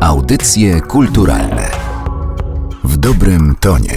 Audycje kulturalne w dobrym tonie.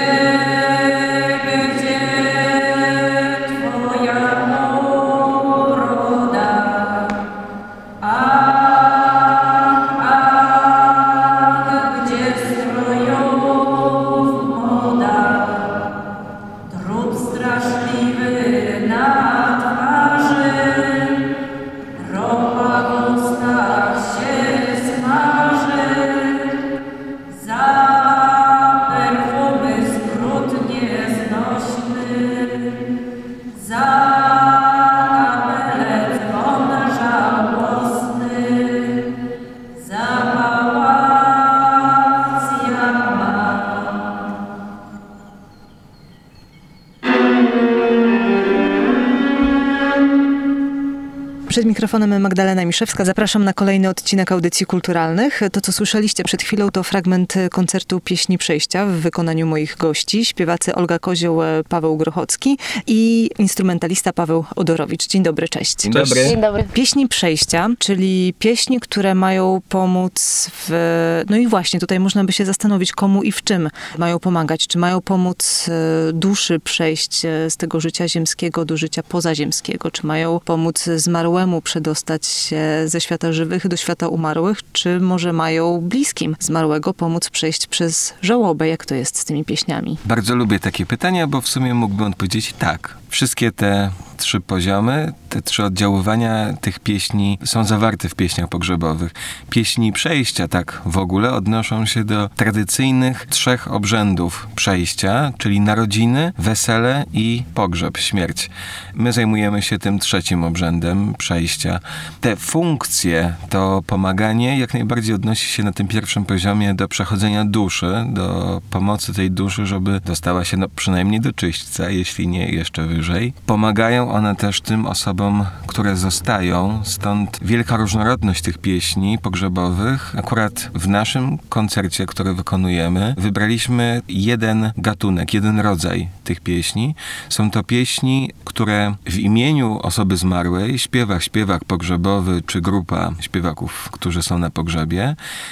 Przed mikrofonem Magdalena Miszewska. Zapraszam na kolejny odcinek Audycji Kulturalnych. To, co słyszeliście przed chwilą, to fragment koncertu Pieśni Przejścia w wykonaniu moich gości, śpiewacy Olga Kozioł, Paweł Grochocki i instrumentalista Paweł Odorowicz. Dzień dobry, cześć. Dzień dobry. Dzień dobry. Pieśni Przejścia, czyli pieśni, które mają pomóc No i właśnie, tutaj można by się zastanowić, komu i w czym mają pomagać. Czy mają pomóc duszy przejść z tego życia ziemskiego do życia pozaziemskiego? Czy mają pomóc zmarłemu przedostać się ze świata żywych do świata umarłych, czy może mają bliskim zmarłego pomóc przejść przez żałobę? Jak to jest z tymi pieśniami? Bardzo lubię takie pytania, bo w sumie mógłbym odpowiedzieć tak. Wszystkie te 3 poziomy, te 3 oddziaływania tych pieśni są zawarte w pieśniach pogrzebowych. Pieśni przejścia tak w ogóle odnoszą się do tradycyjnych 3 obrzędów przejścia, czyli narodziny, wesele i pogrzeb, śmierć. My zajmujemy się tym 3 obrzędem przejścia. Te funkcje, to pomaganie jak najbardziej odnosi się na tym 1. poziomie do przechodzenia duszy, do pomocy tej duszy, żeby dostała się przynajmniej do czyśćca, jeśli nie jeszcze wyżej. Pomagają one też tym osobom, które zostają, stąd wielka różnorodność tych pieśni pogrzebowych. Akurat w naszym koncercie, który wykonujemy, wybraliśmy jeden gatunek, jeden rodzaj tych pieśni. Są to pieśni, które w imieniu osoby zmarłej śpiewa śpiewak pogrzebowy czy grupa śpiewaków, którzy są na pogrzebie,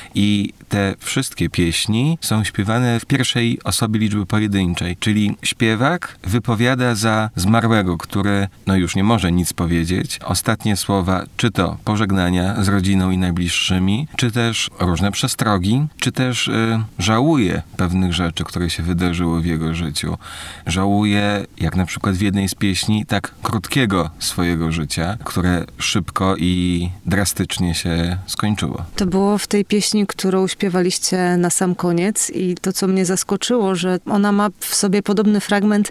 i te wszystkie pieśni są śpiewane w pierwszej osobie liczby pojedynczej, czyli śpiewak wypowiada za zmarłego, który już nie może nic powiedzieć, ostatnie słowa, czy to pożegnania z rodziną i najbliższymi, czy też różne przestrogi, czy też żałuje pewnych rzeczy, które się wydarzyły w jego życiu. Żałuje, jak na przykład w jednej z pieśni, tak krótkiego swojego życia, które szybko i drastycznie się skończyło. To było w tej pieśni, którą śpiewaliście na sam koniec, i to, co mnie zaskoczyło, że ona ma w sobie podobny fragment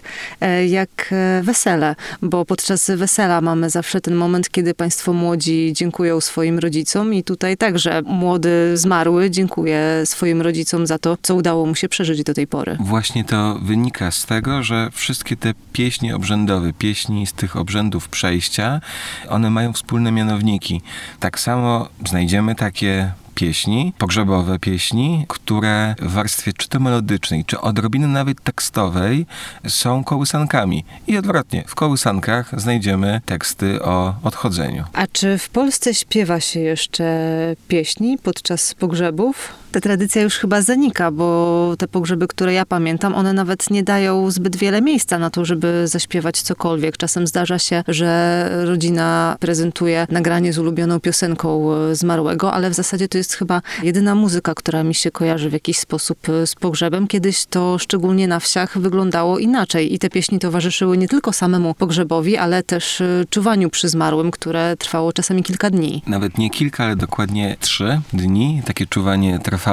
jak wesele, bo podczas wesela mamy zawsze ten moment, kiedy państwo młodzi dziękują swoim rodzicom, i tutaj także młody zmarły dziękuje swoim rodzicom za to, co udało mu się przeżyć do tej pory. Właśnie to wynika z tego, że wszystkie te pieśni obrzędowe, pieśni z tych obrzędów przejścia, one mają wspólne mianowniki. Tak samo znajdziemy takie pieśni, pogrzebowe pieśni, które w warstwie czy to melodycznej, czy odrobiny nawet tekstowej są kołysankami. I odwrotnie, w kołysankach znajdziemy teksty o odchodzeniu. A czy w Polsce śpiewa się jeszcze pieśni podczas pogrzebów? Ta tradycja już chyba zanika, bo te pogrzeby, które ja pamiętam, one nawet nie dają zbyt wiele miejsca na to, żeby zaśpiewać cokolwiek. Czasem zdarza się, że rodzina prezentuje nagranie z ulubioną piosenką zmarłego, ale w zasadzie to jest chyba jedyna muzyka, która mi się kojarzy w jakiś sposób z pogrzebem. Kiedyś to szczególnie na wsiach wyglądało inaczej i te pieśni towarzyszyły nie tylko samemu pogrzebowi, ale też czuwaniu przy zmarłym, które trwało czasami kilka dni. Nawet nie kilka, ale dokładnie 3 dni takie czuwanie trwało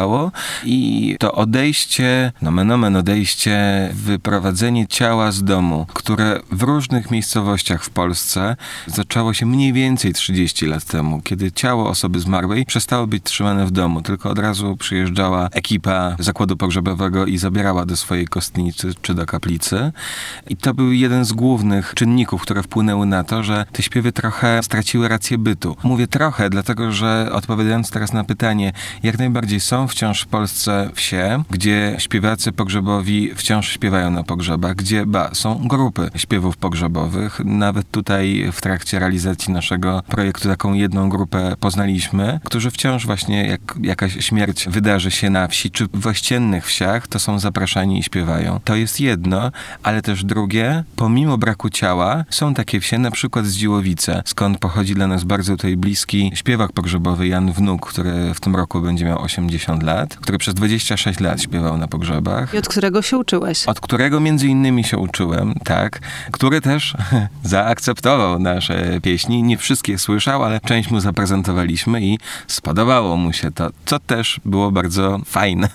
i to odejście, nomen omen odejście, wyprowadzenie ciała z domu, które w różnych miejscowościach w Polsce zaczęło się mniej więcej 30 lat temu, kiedy ciało osoby zmarłej przestało być trzymane w domu, tylko od razu przyjeżdżała ekipa zakładu pogrzebowego i zabierała do swojej kostnicy czy do kaplicy. I to był jeden z głównych czynników, które wpłynęły na to, że te śpiewy trochę straciły rację bytu. Mówię trochę, dlatego że odpowiadając teraz na pytanie, jak najbardziej są są wciąż w Polsce wsie, gdzie śpiewacy pogrzebowi wciąż śpiewają na pogrzebach, gdzie są grupy śpiewów pogrzebowych. Nawet tutaj w trakcie realizacji naszego projektu taką jedną grupę poznaliśmy, którzy wciąż właśnie jak jakaś śmierć wydarzy się na wsi, czy w ościennych wsiach, to są zapraszani i śpiewają. To jest jedno, ale też drugie, pomimo braku ciała, są takie wsie, na przykład Zdziłowice, skąd pochodzi dla nas bardzo tutaj bliski śpiewak pogrzebowy Jan Wnuk, który w tym roku będzie miał 80 lat, który przez 26 lat śpiewał na pogrzebach. I od którego się uczyłeś? Od którego między innymi się uczyłem, tak, który też zaakceptował nasze pieśni. Nie wszystkie słyszał, ale część mu zaprezentowaliśmy i spodobało mu się to, co też było bardzo fajne,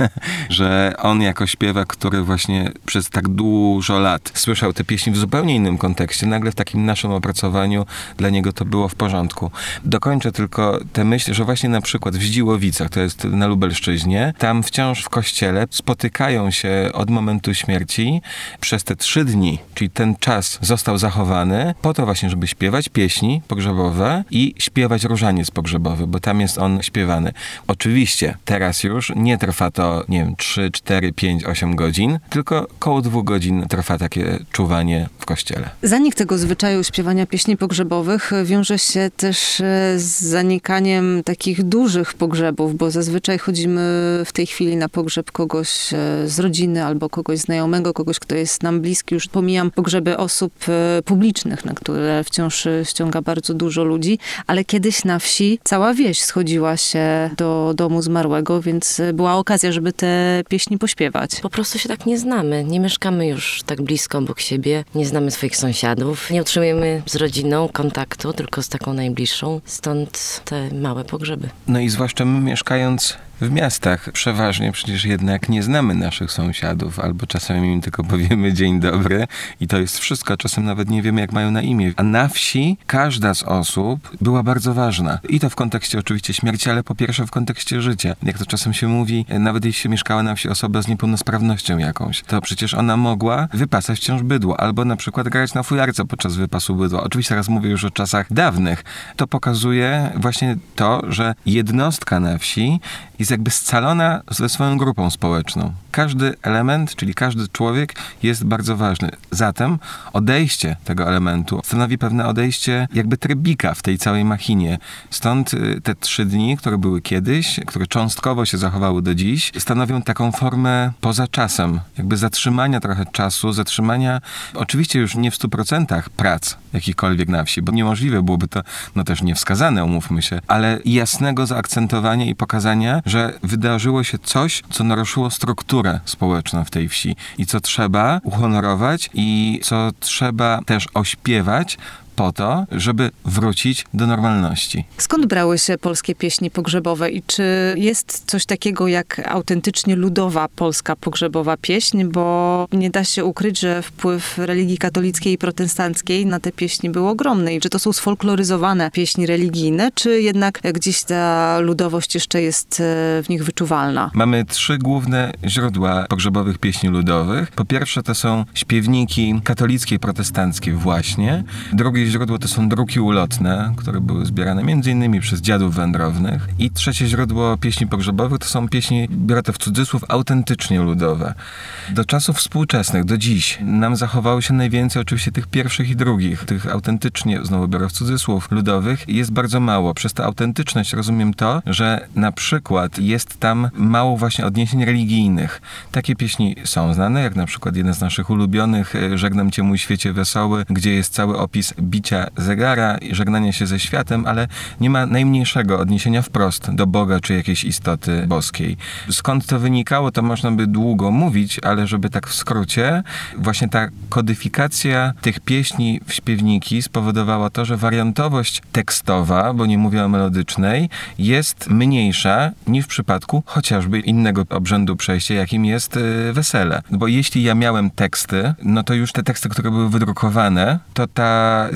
że on jako śpiewak, który właśnie przez tak dużo lat słyszał te pieśni w zupełnie innym kontekście, nagle w takim naszym opracowaniu dla niego to było w porządku. Dokończę tylko tę myśl, że właśnie na przykład w Zdziłowicach, to jest na Lubelszczyźnie, tam wciąż w kościele spotykają się od momentu śmierci przez te 3 dni, czyli ten czas został zachowany po to właśnie, żeby śpiewać pieśni pogrzebowe i śpiewać różaniec pogrzebowy, bo tam jest on śpiewany. Oczywiście teraz już nie trwa to, 3, 4, 5, 8 godzin, tylko koło 2 godzin trwa takie czuwanie w kościele. Zanik tego zwyczaju śpiewania pieśni pogrzebowych wiąże się też z zanikaniem takich dużych pogrzebów, bo zazwyczaj chodzimy w tej chwili na pogrzeb kogoś z rodziny albo kogoś znajomego, kogoś, kto jest nam bliski. Już pomijam pogrzeby osób publicznych, na które wciąż ściąga bardzo dużo ludzi, ale kiedyś na wsi cała wieś schodziła się do domu zmarłego, więc była okazja, żeby te pieśni pośpiewać. Po prostu się tak nie znamy. Nie mieszkamy już tak blisko obok siebie. Nie znamy swoich sąsiadów. Nie utrzymujemy z rodziną kontaktu, tylko z taką najbliższą. Stąd te małe pogrzeby. No i zwłaszcza my mieszkając w miastach przeważnie przecież jednak nie znamy naszych sąsiadów, albo czasem im tylko powiemy dzień dobry i to jest wszystko. Czasem nawet nie wiemy, jak mają na imię. A na wsi każda z osób była bardzo ważna. I to w kontekście oczywiście śmierci, ale po pierwsze w kontekście życia. Jak to czasem się mówi, nawet jeśli mieszkała na wsi osoba z niepełnosprawnością jakąś, to przecież ona mogła wypasać wciąż bydło, albo na przykład grać na fujarce podczas wypasu bydła. Oczywiście teraz mówię już o czasach dawnych. To pokazuje właśnie to, że jednostka na wsi jest jakby scalona ze swoją grupą społeczną. Każdy element, czyli każdy człowiek jest bardzo ważny. Zatem odejście tego elementu stanowi pewne odejście jakby trybika w tej całej machinie. Stąd te 3 dni, które były kiedyś, które cząstkowo się zachowały do dziś, stanowią taką formę poza czasem. Jakby zatrzymania trochę czasu, zatrzymania oczywiście już nie w 100% prac jakichkolwiek na wsi, bo niemożliwe byłoby to, też niewskazane, umówmy się, ale jasnego zaakcentowania i pokazania, że wydarzyło się coś, co naruszyło strukturę społeczną w tej wsi i co trzeba uhonorować i co trzeba też ośpiewać po to, żeby wrócić do normalności. Skąd brały się polskie pieśni pogrzebowe i czy jest coś takiego jak autentycznie ludowa polska pogrzebowa pieśń, bo nie da się ukryć, że wpływ religii katolickiej i protestanckiej na te pieśni był ogromny i czy to są sfolkloryzowane pieśni religijne, czy jednak gdzieś ta ludowość jeszcze jest w nich wyczuwalna? Mamy 3 główne źródła pogrzebowych pieśni ludowych. Po pierwsze to są śpiewniki katolickie i protestanckie właśnie. Drugie źródło to są druki ulotne, które były zbierane m.in. przez dziadów wędrownych. I trzecie źródło pieśni pogrzebowych to są pieśni, biorę to w cudzysłów, autentycznie ludowe. Do czasów współczesnych, do dziś, nam zachowało się najwięcej oczywiście tych pierwszych i drugich. Tych autentycznie, znowu biorę w cudzysłów, ludowych jest bardzo mało. Przez tę autentyczność rozumiem to, że na przykład jest tam mało właśnie odniesień religijnych. Takie pieśni są znane, jak na przykład jedna z naszych ulubionych, Żegnam Cię mój świecie wesoły, gdzie jest cały opis bicia zegara i żegnania się ze światem, ale nie ma najmniejszego odniesienia wprost do Boga czy jakiejś istoty boskiej. Skąd to wynikało, to można by długo mówić, ale żeby tak w skrócie, właśnie ta kodyfikacja tych pieśni w śpiewniki spowodowała to, że wariantowość tekstowa, bo nie mówię o melodycznej, jest mniejsza niż w przypadku chociażby innego obrzędu przejścia, jakim jest wesele. Bo jeśli ja miałem teksty, to już te teksty, które były wydrukowane, to ta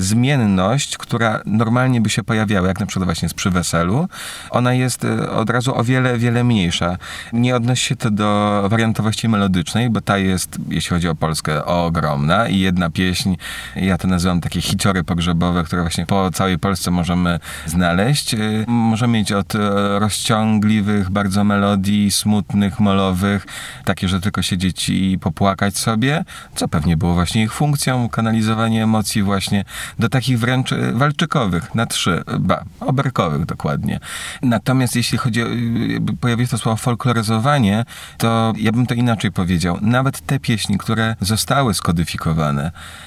zmienność, która normalnie by się pojawiała, jak na przykład właśnie przy weselu, ona jest od razu o wiele, wiele mniejsza. Nie odnosi się to do wariantowości melodycznej, bo ta jest, jeśli chodzi o Polskę, ogromna i jedna pieśń, ja to nazywam takie hiciory pogrzebowe, które właśnie po całej Polsce możemy znaleźć. Możemy mieć od rozciągliwych bardzo melodii, smutnych, molowych, takie, że tylko siedzieć i popłakać sobie, co pewnie było właśnie ich funkcją, kanalizowanie emocji właśnie, do takich wręcz walczykowych, na 3, oberkowych dokładnie. Natomiast jeśli chodzi o, pojawi się to słowo folkloryzowanie, to ja bym to inaczej powiedział. Nawet te pieśni, które zostały skodyfikowane,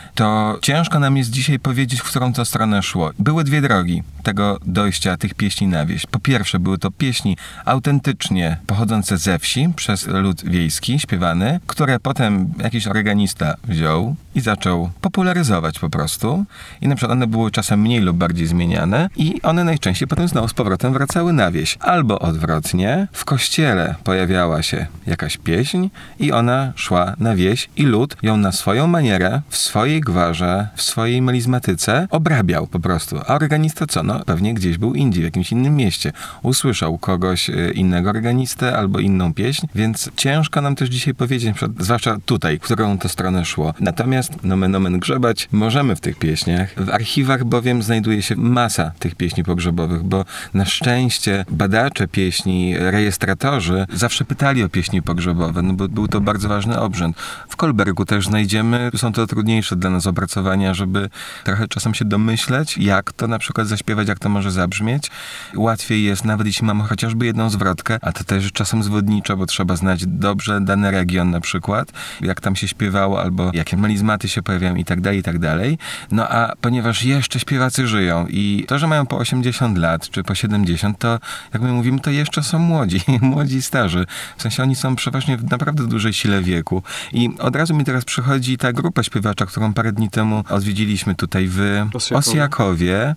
to ciężko nam jest dzisiaj powiedzieć, w którą to stronę szło. Były 2 drogi tego dojścia tych pieśni na wieś. Po pierwsze, były to pieśni autentycznie pochodzące ze wsi, przez lud wiejski, śpiewane, które potem jakiś organista wziął i zaczął popularyzować po prostu. I na przykład one były czasem mniej lub bardziej zmieniane i one najczęściej potem znowu z powrotem wracały na wieś. Albo odwrotnie, w kościele pojawiała się jakaś pieśń i ona szła na wieś i lud ją na swoją manierę, w swojej gwarze, w swojej melizmatyce obrabiał po prostu. A organista co? No pewnie gdzieś był indziej, w jakimś innym mieście. Usłyszał kogoś innego organistę albo inną pieśń, więc ciężko nam też dzisiaj powiedzieć, zwłaszcza tutaj, w którą to stronę szło. Natomiast nomen omen grzebać możemy w tych pieśniach. W archiwach bowiem znajduje się masa tych pieśni pogrzebowych, bo na szczęście badacze pieśni, rejestratorzy zawsze pytali o pieśni pogrzebowe, no bo był to bardzo ważny obrzęd. W Kolbergu też znajdziemy, są to trudniejsze dla nas opracowania, żeby trochę czasem się domyśleć, jak to na przykład zaśpiewać, jak to może zabrzmieć. Łatwiej jest, nawet jeśli mamy chociażby jedną zwrotkę, a to też czasem zwodniczo, bo trzeba znać dobrze dany region na przykład, jak tam się śpiewało, albo jakie melizmaty się pojawiają i tak dalej, i tak dalej. No a ponieważ jeszcze śpiewacy żyją i to, że mają po 80 lat, czy po 70, to jak my mówimy, to jeszcze są młodzi, młodzi i starzy. W sensie oni są przeważnie w naprawdę dużej sile wieku. I od razu mi teraz przychodzi ta grupa śpiewacza, którą parę dni temu odwiedziliśmy tutaj w Osjakowie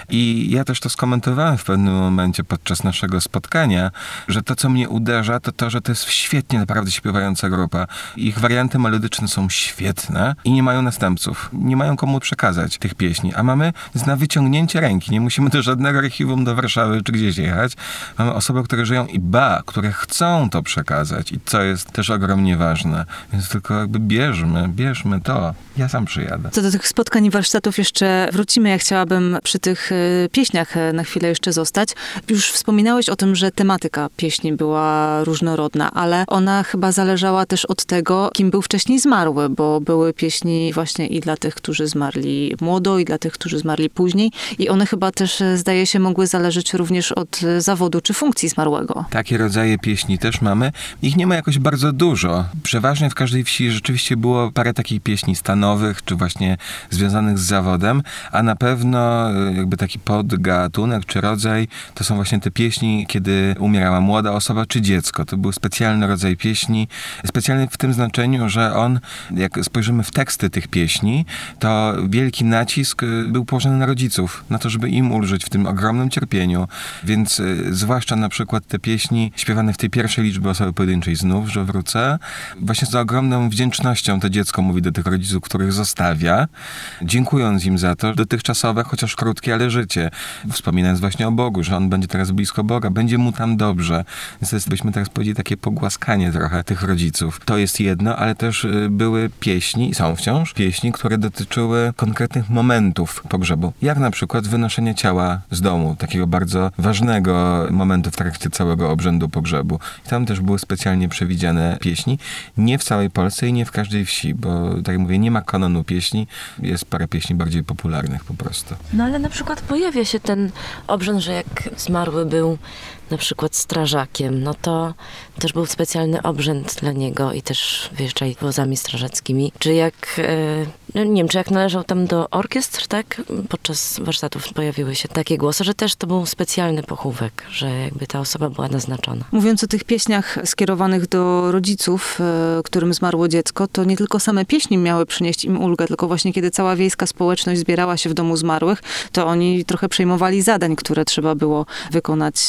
i ja też to skomentowałem w pewnym momencie podczas naszego spotkania, że to, co mnie uderza, to to, że to jest świetnie naprawdę śpiewająca grupa. Ich warianty melodyczne są świetne i nie mają następców. Nie mają komu przekazać tych pieśni, a mamy na wyciągnięcie ręki. Nie musimy do żadnego archiwum do Warszawy czy gdzieś jechać. Mamy osoby, które żyją i które chcą to przekazać i co jest też ogromnie ważne. Więc tylko jakby bierzmy to. Ja sam przyjadę. Co do tych spotkań i warsztatów jeszcze wrócimy. Ja chciałabym przy tych pieśniach na chwilę jeszcze zostać. Już wspominałeś o tym, że tematyka pieśni była różnorodna, ale ona chyba zależała też od tego, kim był wcześniej zmarły, bo były pieśni właśnie i dla tych, którzy zmarli młodo, i dla tych, którzy zmarli później. I one chyba też, zdaje się, mogły zależeć również od zawodu czy funkcji zmarłego. Takie rodzaje pieśni też mamy. Ich nie ma jakoś bardzo dużo. Przeważnie w każdej wsi rzeczywiście było parę takich pieśni stanowych, czy właśnie związanych z zawodem, a na pewno jakby taki podgatunek, czy rodzaj, to są właśnie te pieśni, kiedy umierała młoda osoba, czy dziecko. To był specjalny rodzaj pieśni. Specjalny w tym znaczeniu, że on, jak spojrzymy w teksty tych pieśni, to wielki nacisk był położony na rodziców, na to, żeby im ulżyć w tym ogromnym cierpieniu. Więc zwłaszcza na przykład te pieśni śpiewane w tej pierwszej liczbie osoby pojedynczej, znów, że wrócę, właśnie z ogromną wdzięcznością to dziecko mówi do tych rodziców, których zostawia, dziękując im za to dotychczasowe, chociaż krótkie, ale życie. Wspominając właśnie o Bogu, że on będzie teraz blisko Boga, będzie mu tam dobrze. Więc to jest, byśmy teraz powiedzieli, takie pogłaskanie trochę tych rodziców. To jest jedno, ale też były pieśni, są wciąż pieśni, które dotyczyły konkretnych momentów pogrzebu. Jak na przykład wynoszenie ciała z domu, takiego bardzo ważnego momentu w trakcie całego obrzędu pogrzebu. I tam też były specjalnie przewidziane pieśni. Nie w całej Polsce i nie w każdej wsi, bo tak jak mówię, nie ma kanonu pieśni, jest parę pieśni bardziej popularnych po prostu. No ale na przykład pojawia się ten obrzęd, że jak zmarły był na przykład strażakiem, no to też był specjalny obrzęd dla niego i też wyjeżdżali wozami strażackimi. Czy jak, no nie wiem, czy jak należał tam do orkiestr, tak? Podczas warsztatów pojawiły się takie głosy, że też to był specjalny pochówek, że jakby ta osoba była naznaczona. Mówiąc o tych pieśniach skierowanych do rodziców, którym zmarło dziecko, to nie tylko same pieśni miały przynieść im ulgę, tylko właśnie kiedy cała wiejska społeczność zbierała się w domu zmarłych, to oni trochę przejmowali zadań, które trzeba było wykonać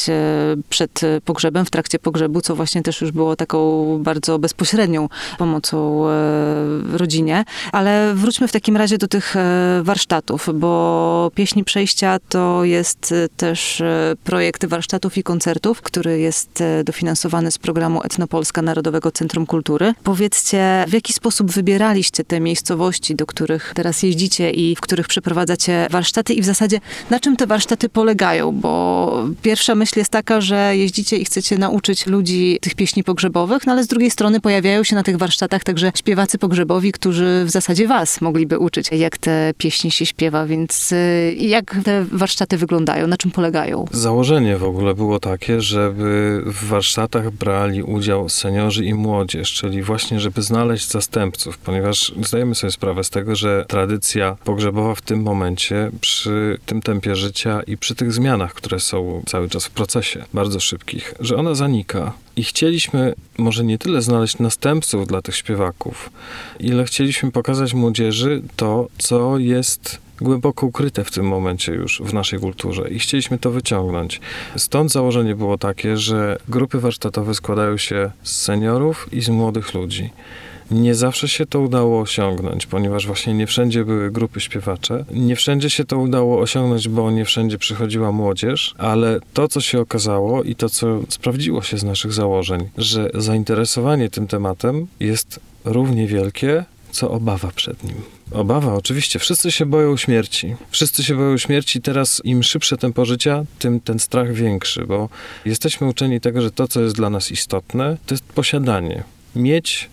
przed pogrzebem, w trakcie pogrzebu, co właśnie też już było taką bardzo bezpośrednią pomocą rodzinie. Ale wróćmy w takim razie do tych warsztatów, bo Pieśni Przejścia to jest też projekt warsztatów i koncertów, który jest dofinansowany z programu Etnopolska Narodowego Centrum Kultury. Powiedzcie, w jaki sposób wybieraliście te miejscowości, do których teraz jeździcie i w których przeprowadzacie warsztaty i w zasadzie na czym te warsztaty polegają? Bo pierwsza myśl jest taka, że jeździcie i chcecie nauczyć ludzi tych pieśni pogrzebowych, no ale z drugiej strony pojawiają się na tych warsztatach także śpiewacy pogrzebowi, którzy w zasadzie was mogliby uczyć, jak te pieśni się śpiewa, więc jak te warsztaty wyglądają? Na czym polegają? Założenie w ogóle było takie, żeby w warsztatach brali udział seniorzy i młodzież, czyli właśnie, żeby znaleźć zastępców, ponieważ zdajemy sobie sprawę z tego, że tradycja pogrzebowa w tym momencie, przy tym tempie życia i przy tych zmianach, które są cały czas w procesie, bardzo szybkich, że ona zanika. I chcieliśmy może nie tyle znaleźć następców dla tych śpiewaków, ile chcieliśmy pokazać młodzieży to, co jest głęboko ukryte w tym momencie już w naszej kulturze i chcieliśmy to wyciągnąć. Stąd założenie było takie, że grupy warsztatowe składają się z seniorów i z młodych ludzi. Nie zawsze się to udało osiągnąć, ponieważ właśnie nie wszędzie były grupy śpiewacze. Nie wszędzie się to udało osiągnąć, bo nie wszędzie przychodziła młodzież, ale to, co się okazało i to, co sprawdziło się z naszych założeń, że zainteresowanie tym tematem jest równie wielkie, co obawa przed nim. Obawa, oczywiście. Wszyscy się boją śmierci. Wszyscy się boją śmierci. Teraz im szybsze tempo życia, tym ten strach większy, bo jesteśmy uczeni tego, że to, co jest dla nas istotne, to jest posiadanie. Mieć.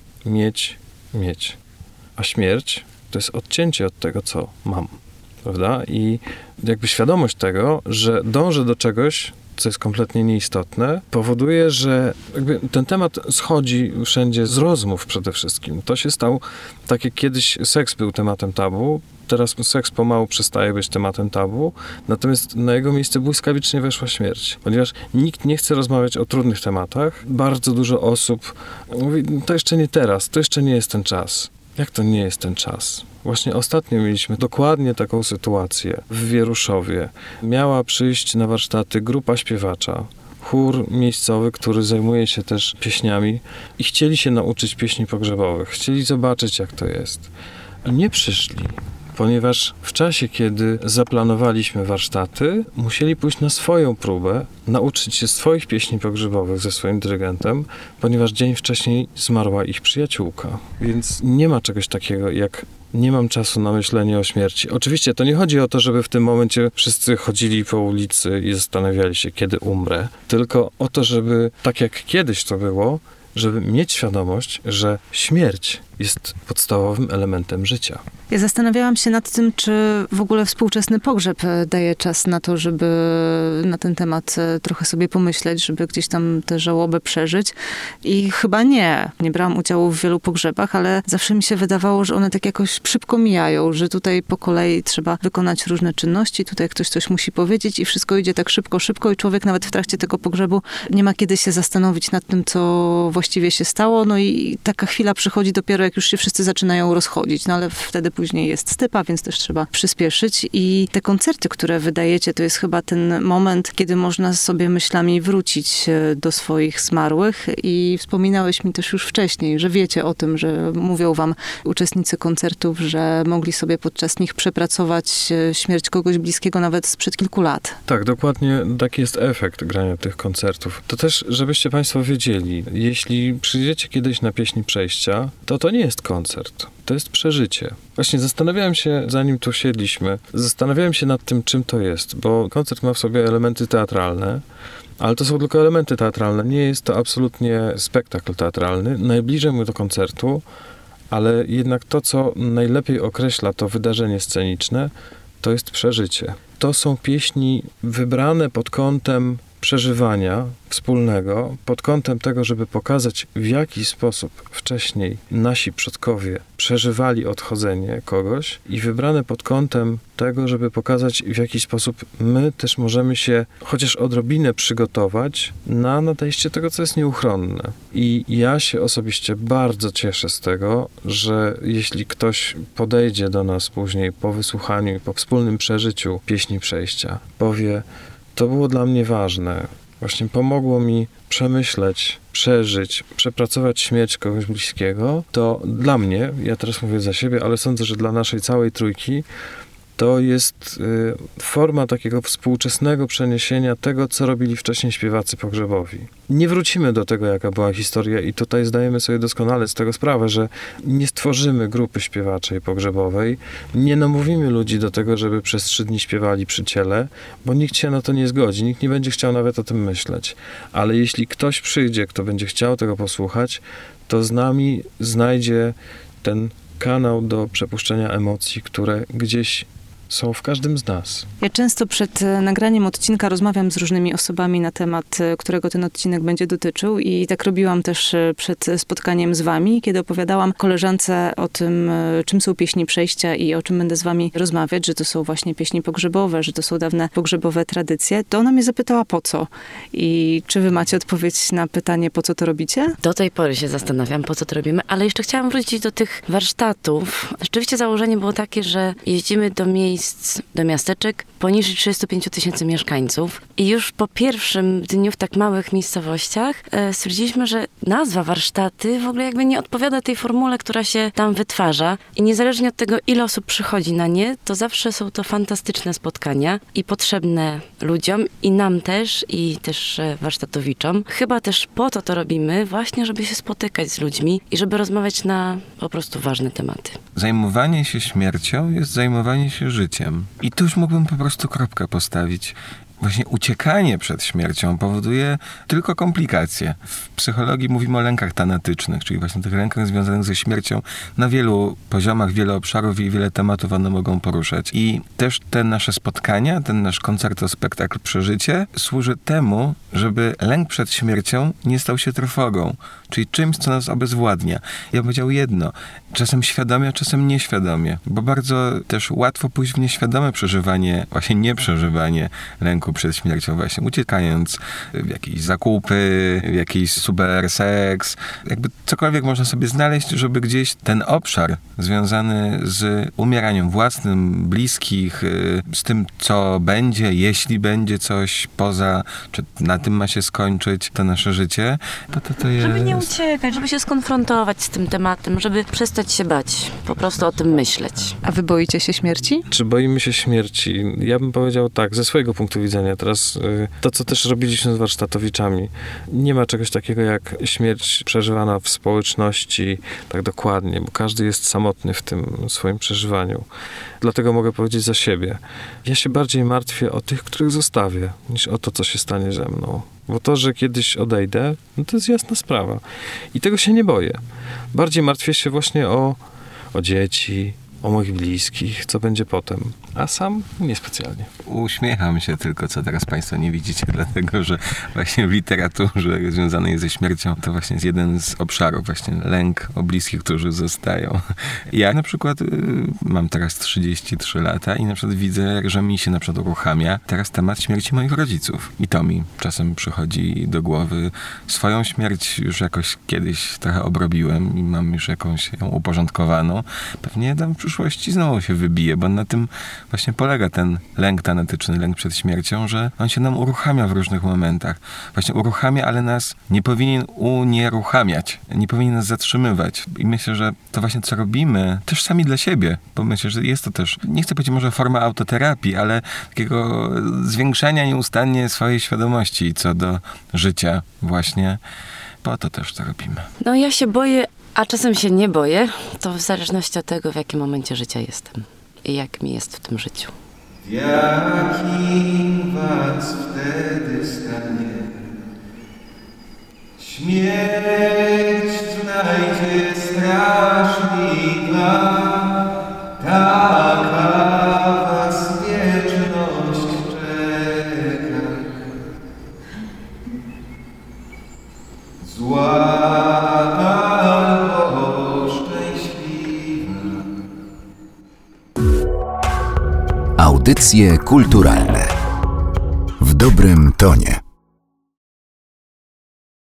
A śmierć to jest odcięcie od tego, co mam. Prawda? I jakby świadomość tego, że dążę do czegoś, co jest kompletnie nieistotne, powoduje, że jakby ten temat schodzi wszędzie z rozmów przede wszystkim. To się stało, tak jak kiedyś seks był tematem tabu, teraz seks pomału przestaje być tematem tabu, natomiast na jego miejsce błyskawicznie weszła śmierć. Ponieważ nikt nie chce rozmawiać o trudnych tematach, bardzo dużo osób mówi, to jeszcze nie teraz, to jeszcze nie jest ten czas. Jak to nie jest ten czas? Właśnie ostatnio mieliśmy dokładnie taką sytuację w Wieruszowie. Miała przyjść na warsztaty grupa śpiewacza, chór miejscowy, który zajmuje się też pieśniami i chcieli się nauczyć pieśni pogrzebowych. Chcieli zobaczyć, jak to jest. I nie przyszli, ponieważ w czasie, kiedy zaplanowaliśmy warsztaty, musieli pójść na swoją próbę, nauczyć się swoich pieśni pogrzebowych ze swoim dyrygentem, ponieważ dzień wcześniej zmarła ich przyjaciółka. Więc nie ma czegoś takiego jak nie mam czasu na myślenie o śmierci. Oczywiście to nie chodzi o to, żeby w tym momencie wszyscy chodzili po ulicy i zastanawiali się, kiedy umrę, tylko o to, żeby tak jak kiedyś to było, żeby mieć świadomość, że śmierć jest podstawowym elementem życia. Ja zastanawiałam się nad tym, czy w ogóle współczesny pogrzeb daje czas na to, żeby na ten temat trochę sobie pomyśleć, żeby gdzieś tam tę żałobę przeżyć. I chyba nie. Nie brałam udziału w wielu pogrzebach, ale zawsze mi się wydawało, że one tak jakoś szybko mijają, że tutaj po kolei trzeba wykonać różne czynności, tutaj ktoś coś musi powiedzieć i wszystko idzie tak szybko i człowiek nawet w trakcie tego pogrzebu nie ma kiedy się zastanowić nad tym, co właściwie się stało. No i taka chwila przychodzi dopiero jak już się wszyscy zaczynają rozchodzić, no ale wtedy później jest stypa, więc też trzeba przyspieszyć i te koncerty, które wydajecie, to jest chyba ten moment, kiedy można sobie myślami wrócić do swoich zmarłych i wspominałeś mi też już wcześniej, że wiecie o tym, że mówią wam uczestnicy koncertów, że mogli sobie podczas nich przepracować śmierć kogoś bliskiego nawet sprzed kilku lat. Tak, dokładnie taki jest efekt grania tych koncertów. To też, żebyście państwo wiedzieli, jeśli przyjdziecie kiedyś na Pieśni Przejścia, to nie jest koncert. To jest przeżycie. Właśnie zastanawiałem się, zanim tu siedliśmy, zastanawiałem się nad tym, czym to jest, bo koncert ma w sobie elementy teatralne, ale to są tylko elementy teatralne. Nie jest to absolutnie spektakl teatralny. Najbliżej mu do koncertu, ale jednak to, co najlepiej określa to wydarzenie sceniczne, to jest przeżycie. To są pieśni wybrane pod kątem przeżywania wspólnego, pod kątem tego, żeby pokazać, w jaki sposób wcześniej nasi przodkowie przeżywali odchodzenie kogoś i wybrane pod kątem tego, żeby pokazać, w jaki sposób my też możemy się chociaż odrobinę przygotować na nadejście tego, co jest nieuchronne. I ja się osobiście bardzo cieszę z tego, że jeśli ktoś podejdzie do nas później po wysłuchaniu i po wspólnym przeżyciu Pieśni Przejścia, powie, to było dla mnie ważne. właśnie pomogło mi przemyśleć, przeżyć, przepracować śmierć kogoś bliskiego, to dla mnie, ja teraz mówię za siebie, ale sądzę, że dla naszej całej trójki, to jest forma takiego współczesnego przeniesienia tego, co robili wcześniej śpiewacy pogrzebowi. Nie wrócimy do tego, jaka była historia i tutaj zdajemy sobie doskonale z tego sprawę, że nie stworzymy grupy śpiewaczej pogrzebowej, nie namówimy ludzi do tego, żeby przez 3 dni śpiewali przy ciele, bo nikt się na to nie zgodzi, nikt nie będzie chciał nawet o tym myśleć. Ale jeśli ktoś przyjdzie, kto będzie chciał tego posłuchać, to z nami znajdzie ten kanał do przepuszczenia emocji, które gdzieś są w każdym z nas. Ja często przed nagraniem odcinka rozmawiam z różnymi osobami na temat, którego ten odcinek będzie dotyczył i tak robiłam też przed spotkaniem z wami, kiedy opowiadałam koleżance o tym, czym są pieśni przejścia i o czym będę z wami rozmawiać, że to są właśnie pieśni pogrzebowe, że to są dawne pogrzebowe tradycje, to ona mnie zapytała po co. I czy wy macie odpowiedź na pytanie, po co to robicie? Do tej pory się zastanawiam, po co to robimy, ale jeszcze chciałam wrócić do tych warsztatów. Rzeczywiście założenie było takie, że jeździmy do miejsc, do miasteczek poniżej 35 000 mieszkańców i już po pierwszym dniu w tak małych miejscowościach stwierdziliśmy, że nazwa warsztaty w ogóle jakby nie odpowiada tej formule, która się tam wytwarza i niezależnie od tego, ile osób przychodzi na nie, to zawsze są to fantastyczne spotkania i potrzebne ludziom i nam też i też warsztatowiczom. Chyba też po to robimy, właśnie żeby się spotykać z ludźmi i żeby rozmawiać na po prostu ważne tematy. Zajmowanie się śmiercią jest zajmowanie się życiem. I tu już mógłbym po prostu kropkę postawić. Właśnie uciekanie przed śmiercią powoduje tylko komplikacje. W psychologii mówimy o lękach tanatycznych, czyli właśnie tych lękach związanych ze śmiercią na wielu poziomach, wiele obszarów i wiele tematów one mogą poruszać. I też te nasze spotkania, ten nasz koncertospektakl Przeżycie służy temu, żeby lęk przed śmiercią nie stał się trwogą, czyli czymś, co nas obezwładnia. Ja bym powiedział jedno, czasem świadomie, a czasem nieświadomie, bo bardzo też łatwo pójść w nieświadome przeżywanie, właśnie nieprzeżywanie lęku przed śmiercią, właśnie uciekając w jakieś zakupy, w jakiś super seks, jakby cokolwiek można sobie znaleźć, żeby gdzieś ten obszar związany z umieraniem własnym, bliskich, z tym, co będzie, jeśli będzie coś poza, czy na tym ma się skończyć to nasze życie, to jest... Żeby nie uciekać, żeby się skonfrontować z tym tematem, żeby przestać się bać, po prostu o tym myśleć. A wy boicie się śmierci? Czy boimy się śmierci? Ja bym powiedział tak, ze swojego punktu widzenia. Teraz to, co też robiliśmy z warsztatowiczami. Nie ma czegoś takiego jak śmierć przeżywana w społeczności tak dokładnie, bo każdy jest samotny w tym swoim przeżywaniu. Dlatego mogę powiedzieć za siebie. Ja się bardziej martwię o tych, których zostawię, niż o to, co się stanie ze mną. Bo to, że kiedyś odejdę, no to jest jasna sprawa. I tego się nie boję. Bardziej martwię się właśnie o dzieci, o moich bliskich, co będzie potem. A sam niespecjalnie. Uśmiecham się tylko, co teraz Państwo nie widzicie, dlatego że właśnie w literaturze związanej ze śmiercią to właśnie jest jeden z obszarów, właśnie lęk o bliskich, którzy zostają. Ja na przykład mam teraz 33 lata i na przykład widzę, że mi się na przykład uruchamia teraz temat śmierci moich rodziców. I to mi czasem przychodzi do głowy. Swoją śmierć już jakoś kiedyś trochę obrobiłem i mam już jakąś ją uporządkowaną. Pewnie tam w przyszłości znowu się wybije, bo na tym właśnie polega ten lęk tanatyczny, lęk przed śmiercią, że on się nam uruchamia w różnych momentach. Właśnie uruchamia, ale nas nie powinien unieruchamiać, nie powinien nas zatrzymywać. I myślę, że to właśnie co robimy, też sami dla siebie, bo myślę, że jest to też, nie chcę powiedzieć może forma autoterapii, ale takiego zwiększania nieustannie swojej świadomości co do życia właśnie. Po to też to robimy. No ja się boję, a czasem się nie boję, to w zależności od tego, w jakim momencie życia jestem i jak mi jest w tym życiu. W jakim was wtedy stanie śmierć znajdzie straszliwa, taka was wieczność czeka. Zła Audycje kulturalne w dobrym tonie.